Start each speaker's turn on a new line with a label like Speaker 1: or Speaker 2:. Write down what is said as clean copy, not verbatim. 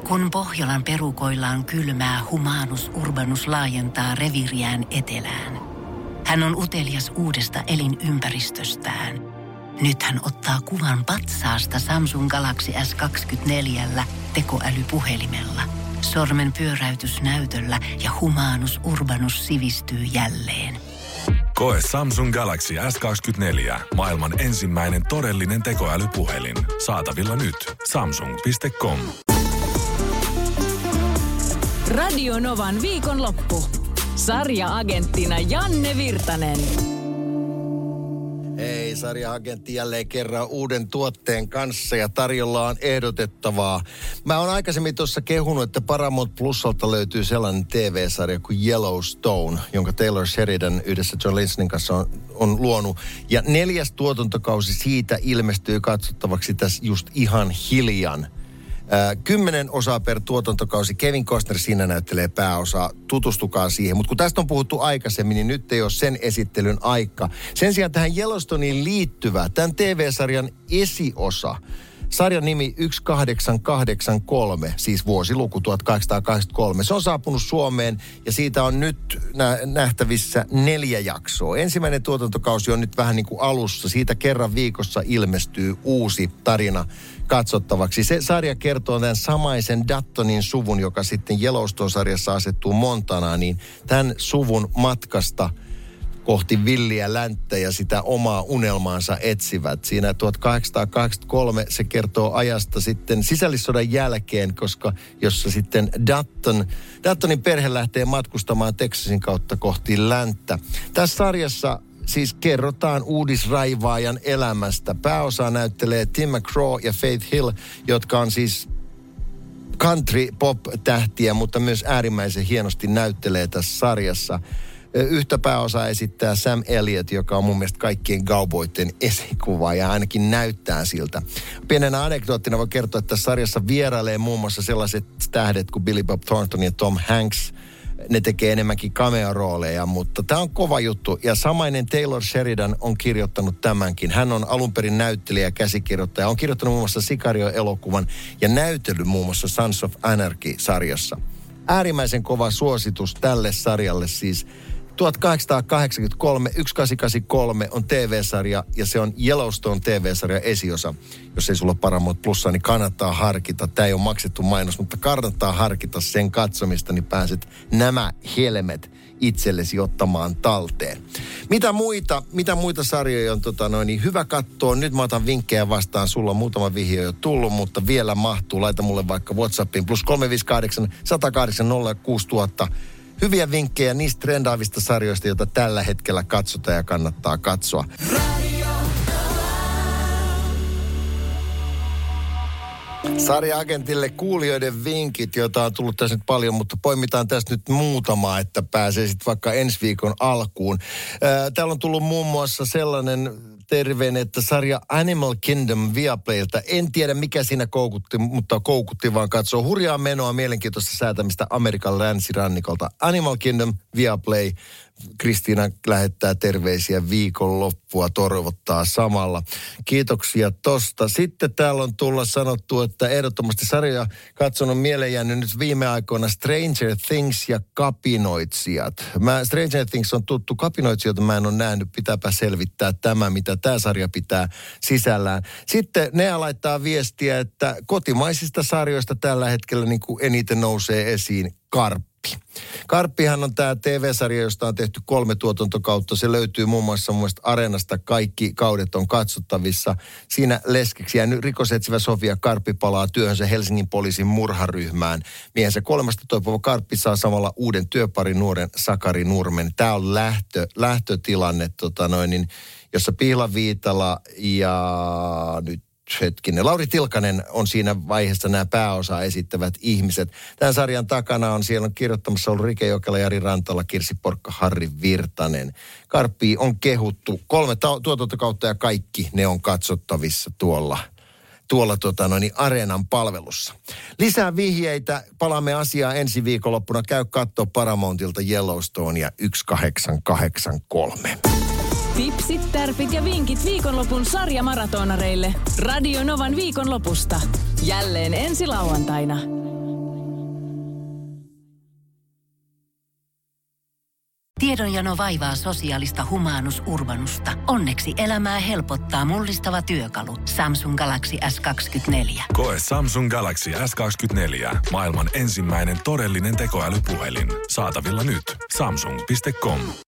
Speaker 1: Kun Pohjolan perukoillaan kylmää, Humanus Urbanus laajentaa reviiriään etelään. Hän on utelias uudesta elinympäristöstään. Nyt hän ottaa kuvan patsaasta Samsung Galaxy S24 tekoälypuhelimella. Sormen pyöräytys näytöllä ja Humanus Urbanus sivistyy jälleen.
Speaker 2: Koe Samsung Galaxy S24. Maailman ensimmäinen todellinen tekoälypuhelin. Saatavilla nyt. Samsung.com.
Speaker 3: Radio Novan viikonloppu. Sarja-agenttina Janne Virtanen.
Speaker 4: Hei, sarja-agentti jälleen kerran uuden tuotteen kanssa ja tarjolla on ehdotettavaa. Mä oon aikaisemmin tuossa kehunut, että Paramount Plusalta löytyy sellainen TV-sarja kuin Yellowstone, jonka Taylor Sheridan yhdessä John Lynchnin kanssa on luonut. Ja 4. tuotantokausi siitä ilmestyy katsottavaksi tässä just ihan hiljan. 10 osaa per tuotantokausi. Kevin Costner siinä näyttelee pääosaa. Tutustukaa siihen. Mutta kun tästä on puhuttu aikaisemmin, niin nyt ei ole sen esittelyn aika. Sen sijaan tähän Yellowstoneen liittyvä, tämän TV-sarjan esiosa, sarjan nimi 1883, siis vuosiluku 1883. Se on saapunut Suomeen ja siitä on nyt nähtävissä 4 jaksoa. Ensimmäinen tuotantokausi on nyt vähän niin kuin alussa. Siitä kerran viikossa ilmestyy uusi tarina katsottavaksi. Se sarja kertoo tämän samaisen Duttonin suvun, joka sitten Yellowstone-sarjassa asettuu Montanaan, niin tämän suvun matkasta kohti villiä länttä ja sitä omaa unelmaansa etsivät. Siinä 1883 se kertoo ajasta sitten sisällissodan jälkeen, koska jossa sitten Duttonin perhe lähtee matkustamaan Texasin kautta kohti länttä. Tässä sarjassa siis kerrotaan uudisraivaajan elämästä. Pääosaa näyttelee Tim McGraw ja Faith Hill, jotka on siis country-pop-tähtiä, mutta myös äärimmäisen hienosti näyttelee tässä sarjassa. Yhtä pääosaa esittää Sam Elliott, joka on mun mielestä kaikkien cowboyten esikuva ja ainakin näyttää siltä. Pienenä anekdoottina voi kertoa, että tässä sarjassa vierailee muun muassa sellaiset tähdet kuin Billy Bob Thornton ja Tom Hanks. Ne tekee enemmänkin cameo-rooleja, mutta tämä on kova juttu. Ja samainen Taylor Sheridan on kirjoittanut tämänkin. Hän on alun perin näyttelijä ja käsikirjoittaja. On kirjoittanut muun muassa Sicario-elokuvan ja näytellyt muun muassa Sons of Anarchy-sarjassa. Äärimmäisen kova suositus tälle sarjalle siis. 1883, 1883 on TV-sarja ja se on Yellowstone TV-sarja esiosa. Jos ei sulla ole Paramount Plusaa, niin kannattaa harkita. Tämä ei ole maksettu mainos, mutta kannattaa harkita sen katsomista, niin pääset nämä helmet itsellesi ottamaan talteen. Mitä muita sarjoja on niin hyvä katsoa. Nyt mä otan vinkkejä vastaan. Sulla on muutama vihje jo tullut, mutta vielä mahtuu. Laita mulle vaikka WhatsAppiin +358 108 06000. Hyviä vinkkejä niistä trendaavista sarjoista, joita tällä hetkellä katsotaan ja kannattaa katsoa. Sarja-agentille kuulijoiden vinkit, joita on tullut tässä nyt paljon, mutta poimitaan tästä nyt muutama, että pääsee sitten vaikka ensi viikon alkuun. Täällä on tullut muun muassa sellainen terveen, että sarja Animal Kingdom Viaplaylta. En tiedä mikä siinä koukutti, mutta koukutti vaan katsoo hurjaa menoa mielenkiintoista säätämistä Amerikan länsirannikolta. Animal Kingdom Viaplay. Kristiina lähettää terveisiä viikonloppua, toivottaa samalla. Kiitoksia tosta. Sitten täällä on tulla sanottu, että ehdottomasti sarja katsonut mieleen jäänyt nyt viime aikoina Stranger Things ja Kapinoitsijat. Stranger Things on tuttu, Kapinoitsijat mä en ole nähnyt, pitääpä selvittää tämä, mitä tämä sarja pitää sisällään. Sitten Nea laittaa viestiä, että kotimaisista sarjoista tällä hetkellä niin kuin eniten nousee esiin Karppi. Karppihan on tämä TV-sarja, josta on tehty 3 tuotantokautta. Se löytyy muun muassa mun mielestä Areenasta. Kaikki kaudet on katsottavissa. Siinä leskeksi jäänyt rikosetsivä Sofia Karppi palaa työhönsä Helsingin poliisin murharyhmään. Miehensä 3 toipuva Karppi saa samalla uuden työparin, nuoren Sakari Nurmen. Tämä on lähtötilanne, jossa Pihla Viitala ja nyt hetkinen. Lauri Tilkanen on siinä vaiheessa nämä pääosaa esittävät ihmiset. Tämän sarjan takana siellä on kirjoittamassa ollut Rike Jokela, Jari Rantala, Kirsi Porkka, Harri Virtanen. Karppi on kehuttu 3 tuotantokautta ja kaikki ne on katsottavissa tuolla Areenan palvelussa. Lisää vihjeitä. Palaamme asiaan ensi viikonloppuna. Käy kattoo Paramountilta Yellowstone ja 1883.
Speaker 3: Tipsit, tärpit ja vinkit viikonlopun sarjamaratonareille. Radio Novan viikonlopusta. Jälleen ensi lauantaina.
Speaker 1: Tiedonjano vaivaa sosiaalista humanus urbanusta. Onneksi elämää helpottaa mullistava työkalu. Samsung Galaxy S24.
Speaker 2: Koe Samsung Galaxy S24. Maailman ensimmäinen todellinen tekoälypuhelin. Saatavilla nyt. Samsung.com.